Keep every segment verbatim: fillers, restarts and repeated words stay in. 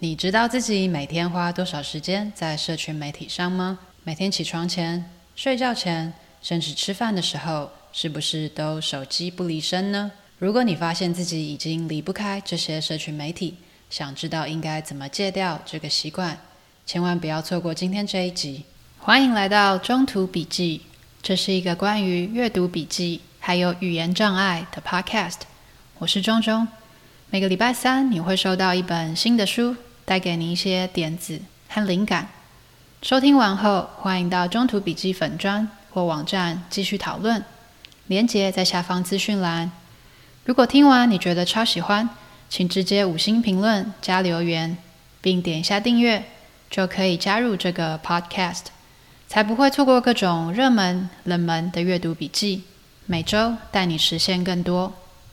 你知道自己每天花多少时间在社群媒体上吗？每天起床前、睡觉前，甚至吃饭的时候，是不是都手机不离身呢？如果你发现自己已经离不开这些社群媒体，想知道应该怎么戒掉这个习惯，千万不要错过今天这一集。欢迎来到中途笔记，这是一个关于阅读笔记还有语言障碍的 podcast。我是钟钟，每个礼拜三你会收到一本新的书，带给你一些点子和灵感。收听完后，欢迎到中途笔记粉专或网站继续讨论，连结在下方资讯栏。如果听完你觉得超喜欢，请直接五星评论加留言，并点一下订阅，就可以加入这个 podcast， 才不会错过各种热门、冷门的阅读笔记，每周带你实现更多。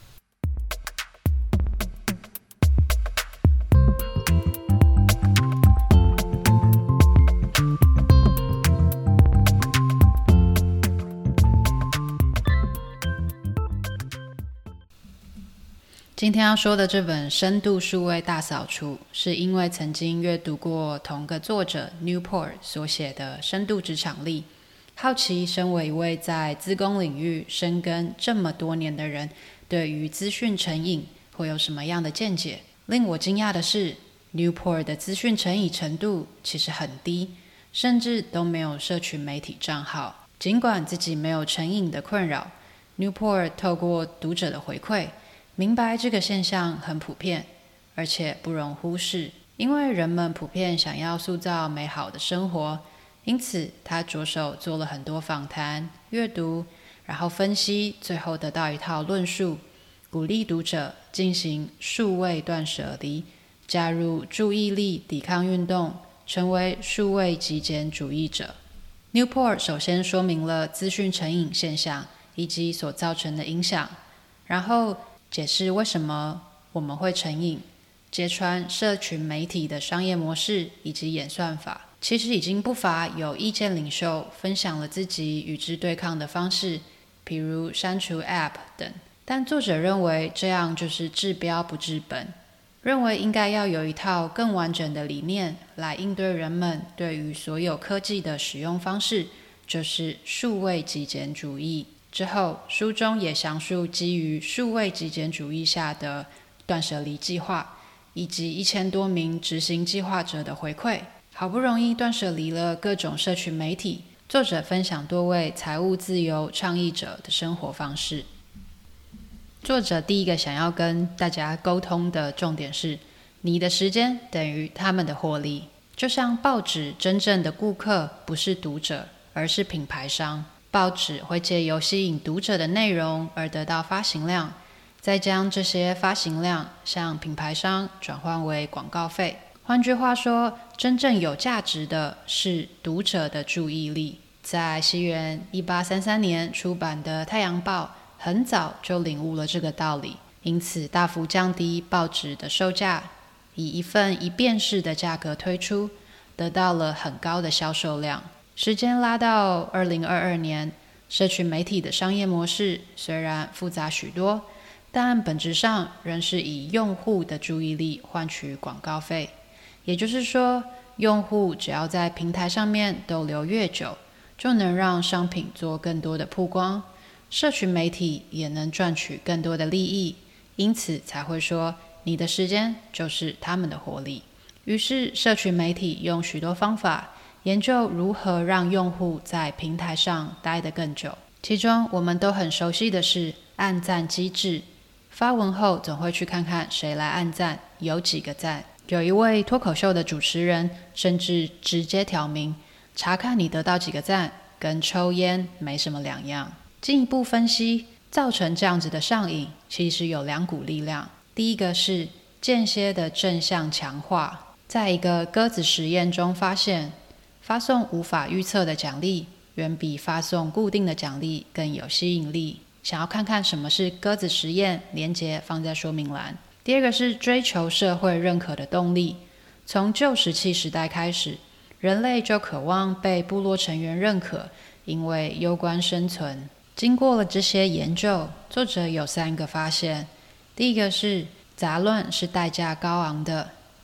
今天要说的这本《深度数位大扫除》，是因为曾经阅读过同个作者 Newport 所写的《深度职场力》，好奇身为一位在资工领域深耕这么多年的人，对于资讯成瘾会有什么样的见解。令我惊讶的是， Newport 的资讯成瘾程度其实很低，甚至都没有社群媒体账号。尽管自己没有成瘾的困扰， Newport 透过读者的回馈明白这个现象很普遍，而且不容忽视，因为人们普遍想要塑造美好的生活，因此他着手做了很多访谈、阅读，然后分析，最后得到一套论述，鼓励读者进行数位断舍离，加入注意力抵抗运动，成为数位极简主义者。 Newport 首先说明了资讯成瘾现象以及所造成的影响，然后解释为什么我们会成瘾，揭穿社群媒体的商业模式以及演算法。其实已经不乏有意见领袖分享了自己与之对抗的方式，比如删除 App 等，但作者认为这样就是治标不治本，认为应该要有一套更完整的理念来应对人们对于所有科技的使用方式，就是数位极简主义。之后，书中也详述基于数位极简主义下的断舍离计划，以及一千多名执行计划者的回馈。好不容易断舍离了各种社群媒体，作者分享多位财务自由倡议者的生活方式。作者第一个想要跟大家沟通的重点是，你的时间等于他们的获利。就像报纸真正的顾客不是读者，而是品牌商。报纸会借由吸引读者的内容而得到发行量，再将这些发行量向品牌商转换为广告费。换句话说，真正有价值的是读者的注意力。在西元一八三三年出版的《太阳报》很早就领悟了这个道理，因此大幅降低报纸的售价，以一份一便士的价格推出，得到了很高的销售量。时间拉到二零二二年，社群媒体的商业模式虽然复杂许多，但本质上仍是以用户的注意力换取广告费。也就是说，用户只要在平台上面逗留越久，就能让商品做更多的曝光，社群媒体也能赚取更多的利益，因此才会说你的时间就是他们的活力。于是社群媒体用许多方法研究如何让用户在平台上待得更久，其中我们都很熟悉的是按赞机制。发文后总会去看看谁来按赞，有几个赞。有一位脱口秀的主持人甚至直接挑明，查看你得到几个赞跟抽烟没什么两样。进一步分析，造成这样子的上瘾其实有两股力量。第一个是间歇的正向强化。在一个鸽子实验中发现，发送无法预测的奖励远比发送固定的奖励更有吸引力。想要看看什么是鸽子实验，连结放在说明栏。第二个是追求社会认可的动力。从旧石器时代开始，人类就渴望被部落成员认可，因为攸关生存。经过了这些研究，作者有三个发现。第一个是杂乱是代价高昂的，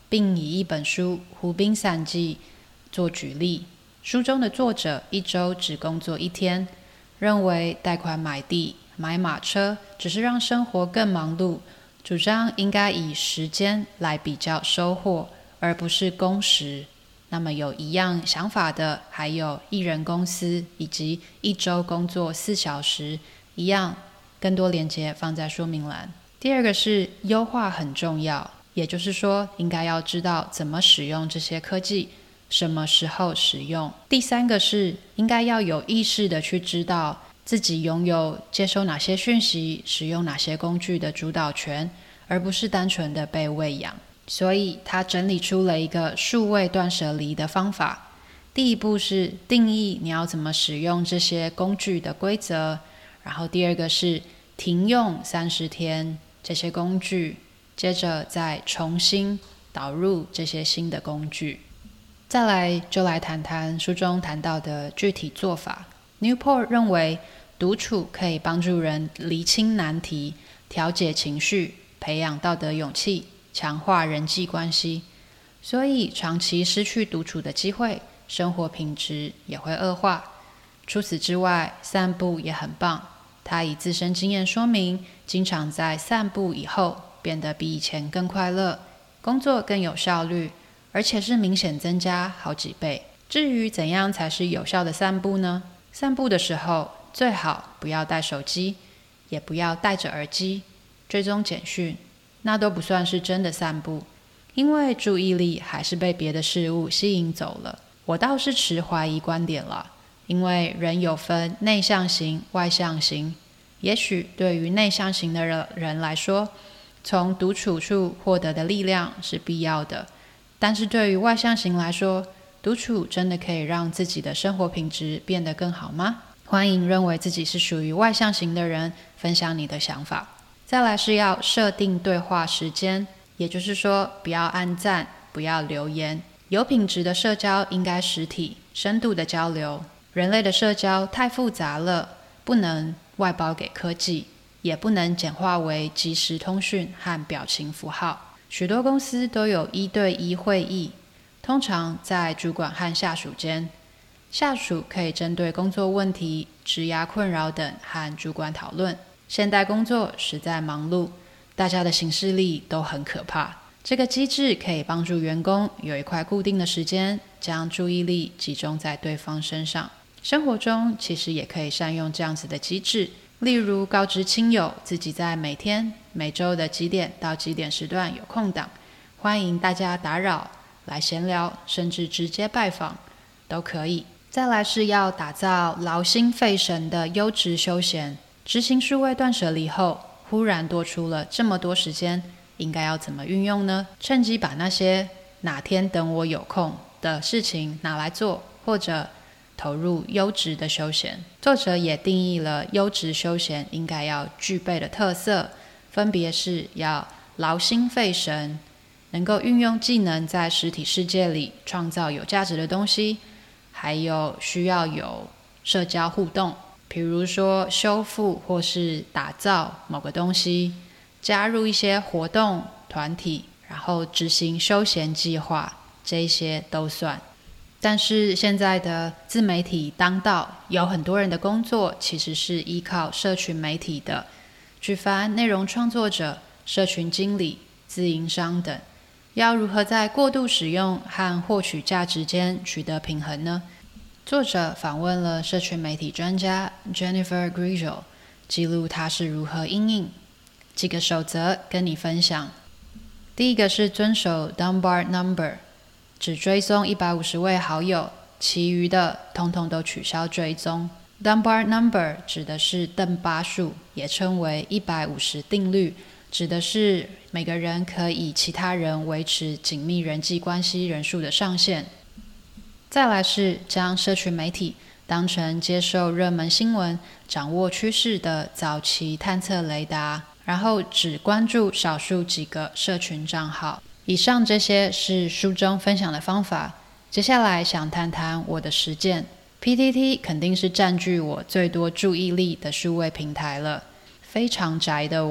并以一本书《湖滨散记》做举例。书中的作者一周只工作一天，认为贷款买地、买马车只是让生活更忙碌，主张应该以时间来比较收获，而不是工时。那么有一样想法的还有艺人公司以及一周工作四小时一样，更多连结放在说明栏。第二个是优化很重要，也就是说应该要知道怎么使用这些科技，什么时候使用。第三个是应该要有意识的去知道自己拥有接收哪些讯息、使用哪些工具的主导权，而不是单纯的被喂养。所以他整理出了一个数位断舍离的方法。第一步是定义你要怎么使用这些工具的规则，然后第二个是停用三十天这些工具，接着再重新导入这些新的工具。再来就来谈谈书中谈到的具体做法。Newport 认为独处可以帮助人厘清难题，调节情绪，培养道德勇气，强化人际关系。所以长期失去独处的机会，生活品质也会恶化。除此之外，散步也很棒。他以自身经验说明，经常在散步以后变得比以前更快乐，工作更有效率，而且是明显增加好几倍。至于怎样才是有效的散步呢？散步的时候最好不要带手机，也不要戴着耳机追踪简讯，那都不算是真的散步，因为注意力还是被别的事物吸引走了。我倒是持怀疑观点了，因为人有分内向型、外向型。也许对于内向型的人来说，从独处处获得的力量是必要的，但是对于外向型来说，独处真的可以让自己的生活品质变得更好吗？欢迎认为自己是属于外向型的人分享你的想法。再来是要设定对话时间，也就是说不要按赞，不要留言。有品质的社交应该实体、深度的交流。人类的社交太复杂了，不能外包给科技，也不能简化为即时通讯和表情符号。许多公司都有一对一会议，通常在主管和下属间。下属可以针对工作问题、职涯困扰等和主管讨论。现代工作实在忙碌，大家的行事历都很可怕。这个机制可以帮助员工有一块固定的时间，将注意力集中在对方身上。生活中其实也可以善用这样子的机制，例如告知亲友自己在每天、每周的几点到几点时段有空档，欢迎大家打扰来闲聊，甚至直接拜访都可以。再来是要打造劳心费神的优质休闲。执行数位断舍离后，忽然多出了这么多时间，应该要怎么运用呢？趁机把那些哪天等我有空的事情拿来做，或者投入优质的休闲。作者也定义了优质休闲应该要具备的特色，分别是要劳心费神，能够运用技能在实体世界里创造有价值的东西，还有需要有社交互动，比如说修复或是打造某个东西，加入一些活动团体，然后执行休闲计划，这些都算。但是现在的自媒体当道，有很多人的工作其实是依靠社群媒体的，举凡内容创作者、社群经理、自营商等，要如何在过度使用和获取价值间取得平衡呢？作者访问了社群媒体专家 Jennifer Grizzle， 记录她是如何因应。几个守则跟你分享。第一个是遵守 Dunbar Number， 只追踪一百五十位好友，其余的通通都取消追踪。Dunbar Number 指的是邓巴数，也称为一百五十定律，指的是每个人可以其他人维持紧密人际关系人数的上限。再来是将社群媒体当成接受热门新闻、掌握趋势的早期探测雷达，然后只关注少数几个社群账号。以上这些是书中分享的方法，接下来想谈谈我的实践。P T T 肯定是占据我最多注意力的数位平台了。非常宅的我，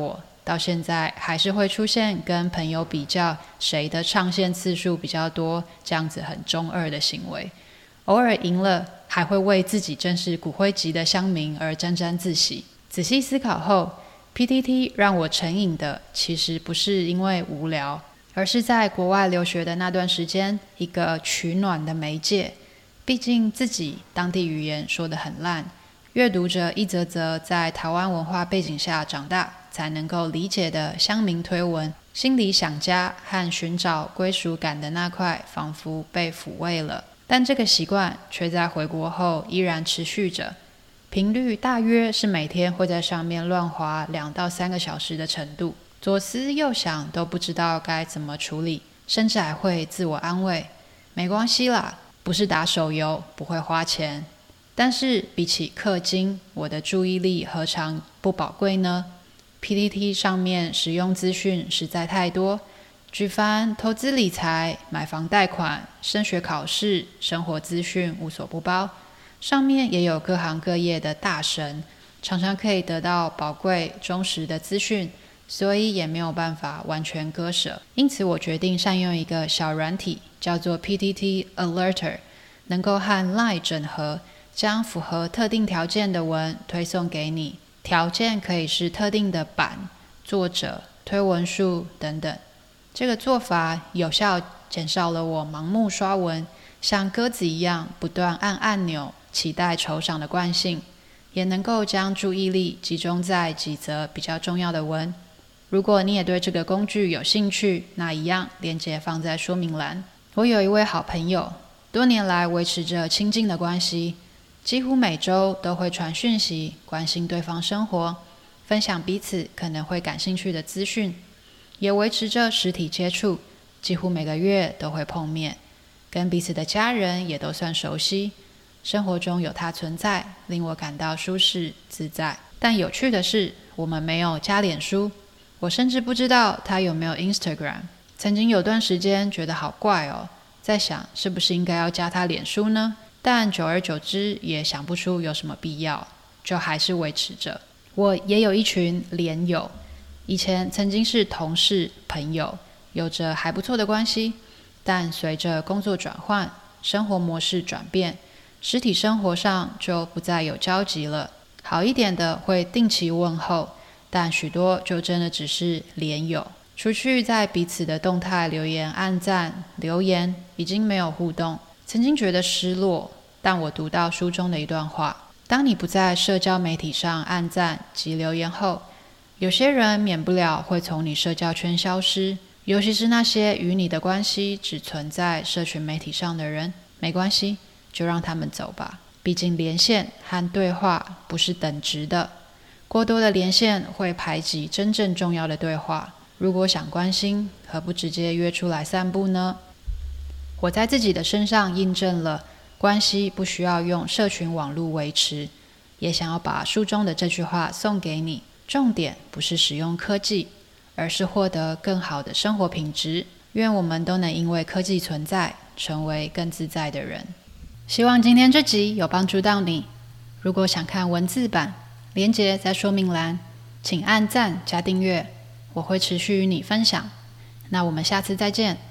到现在还是会出现跟朋友比较谁的上线次数比较多，这样子很中二的行为。偶尔赢了，还会为自己正是骨灰级的乡民而沾沾自喜。仔细思考后， P T T 让我成瘾的其实不是因为无聊，而是在国外留学的那段时间一个取暖的媒介。毕竟自己当地语言说得很烂，阅读着一则则在台湾文化背景下长大才能够理解的乡民推文，心里想家和寻找归属感的那块仿佛被抚慰了。但这个习惯却在回国后依然持续着，频率大约是每天会在上面乱滑两到三个小时的程度，左思右想都不知道该怎么处理，甚至还会自我安慰，没关系啦，不是打手游，不会花钱。但是比起氪金，我的注意力何尝不宝贵呢？ P T T 上面实用资讯实在太多，举凡投资理财、买房贷款、升学考试、生活资讯无所不包，上面也有各行各业的大神，常常可以得到宝贵忠实的资讯，所以也没有办法完全割舍。因此我决定善用一个小软体，叫做 P T T Alerter， 能够和 Line 整合，将符合特定条件的文推送给你。条件可以是特定的版、作者、推文数等等。这个做法有效减少了我盲目刷文，像鸽子一样不断按按钮期待酬赏的惯性，也能够将注意力集中在几则比较重要的文。如果你也对这个工具有兴趣，那一样连结放在说明栏。我有一位好朋友，多年来维持着亲近的关系，几乎每周都会传讯息，关心对方生活，分享彼此可能会感兴趣的资讯，也维持着实体接触，几乎每个月都会碰面，跟彼此的家人也都算熟悉。生活中有他存在，令我感到舒适自在。但有趣的是，我们没有加脸书，我甚至不知道他有没有 Instagram。 曾经有段时间觉得好怪哦，在想是不是应该要加他脸书呢？但久而久之也想不出有什么必要，就还是维持着。我也有一群连友，以前曾经是同事朋友，有着还不错的关系，但随着工作转换，生活模式转变，实体生活上就不再有交集了。好一点的会定期问候，但许多就真的只是连友，出去在彼此的动态留言按赞留言，已经没有互动。曾经觉得失落，但我读到书中的一段话，当你不在社交媒体上按赞及留言后，有些人免不了会从你社交圈消失，尤其是那些与你的关系只存在社群媒体上的人。没关系，就让他们走吧，毕竟连线和对话不是等值的，过多的连线会排挤真正重要的对话。如果想关心，何不直接约出来散步呢？我在自己的身上印证了关系不需要用社群网络维持，也想要把书中的这句话送给你。重点不是使用科技，而是获得更好的生活品质。愿我们都能因为科技存在，成为更自在的人。希望今天这集有帮助到你。如果想看文字版，连结在说明栏，请按赞加订阅，我会持续与你分享。那我们下次再见。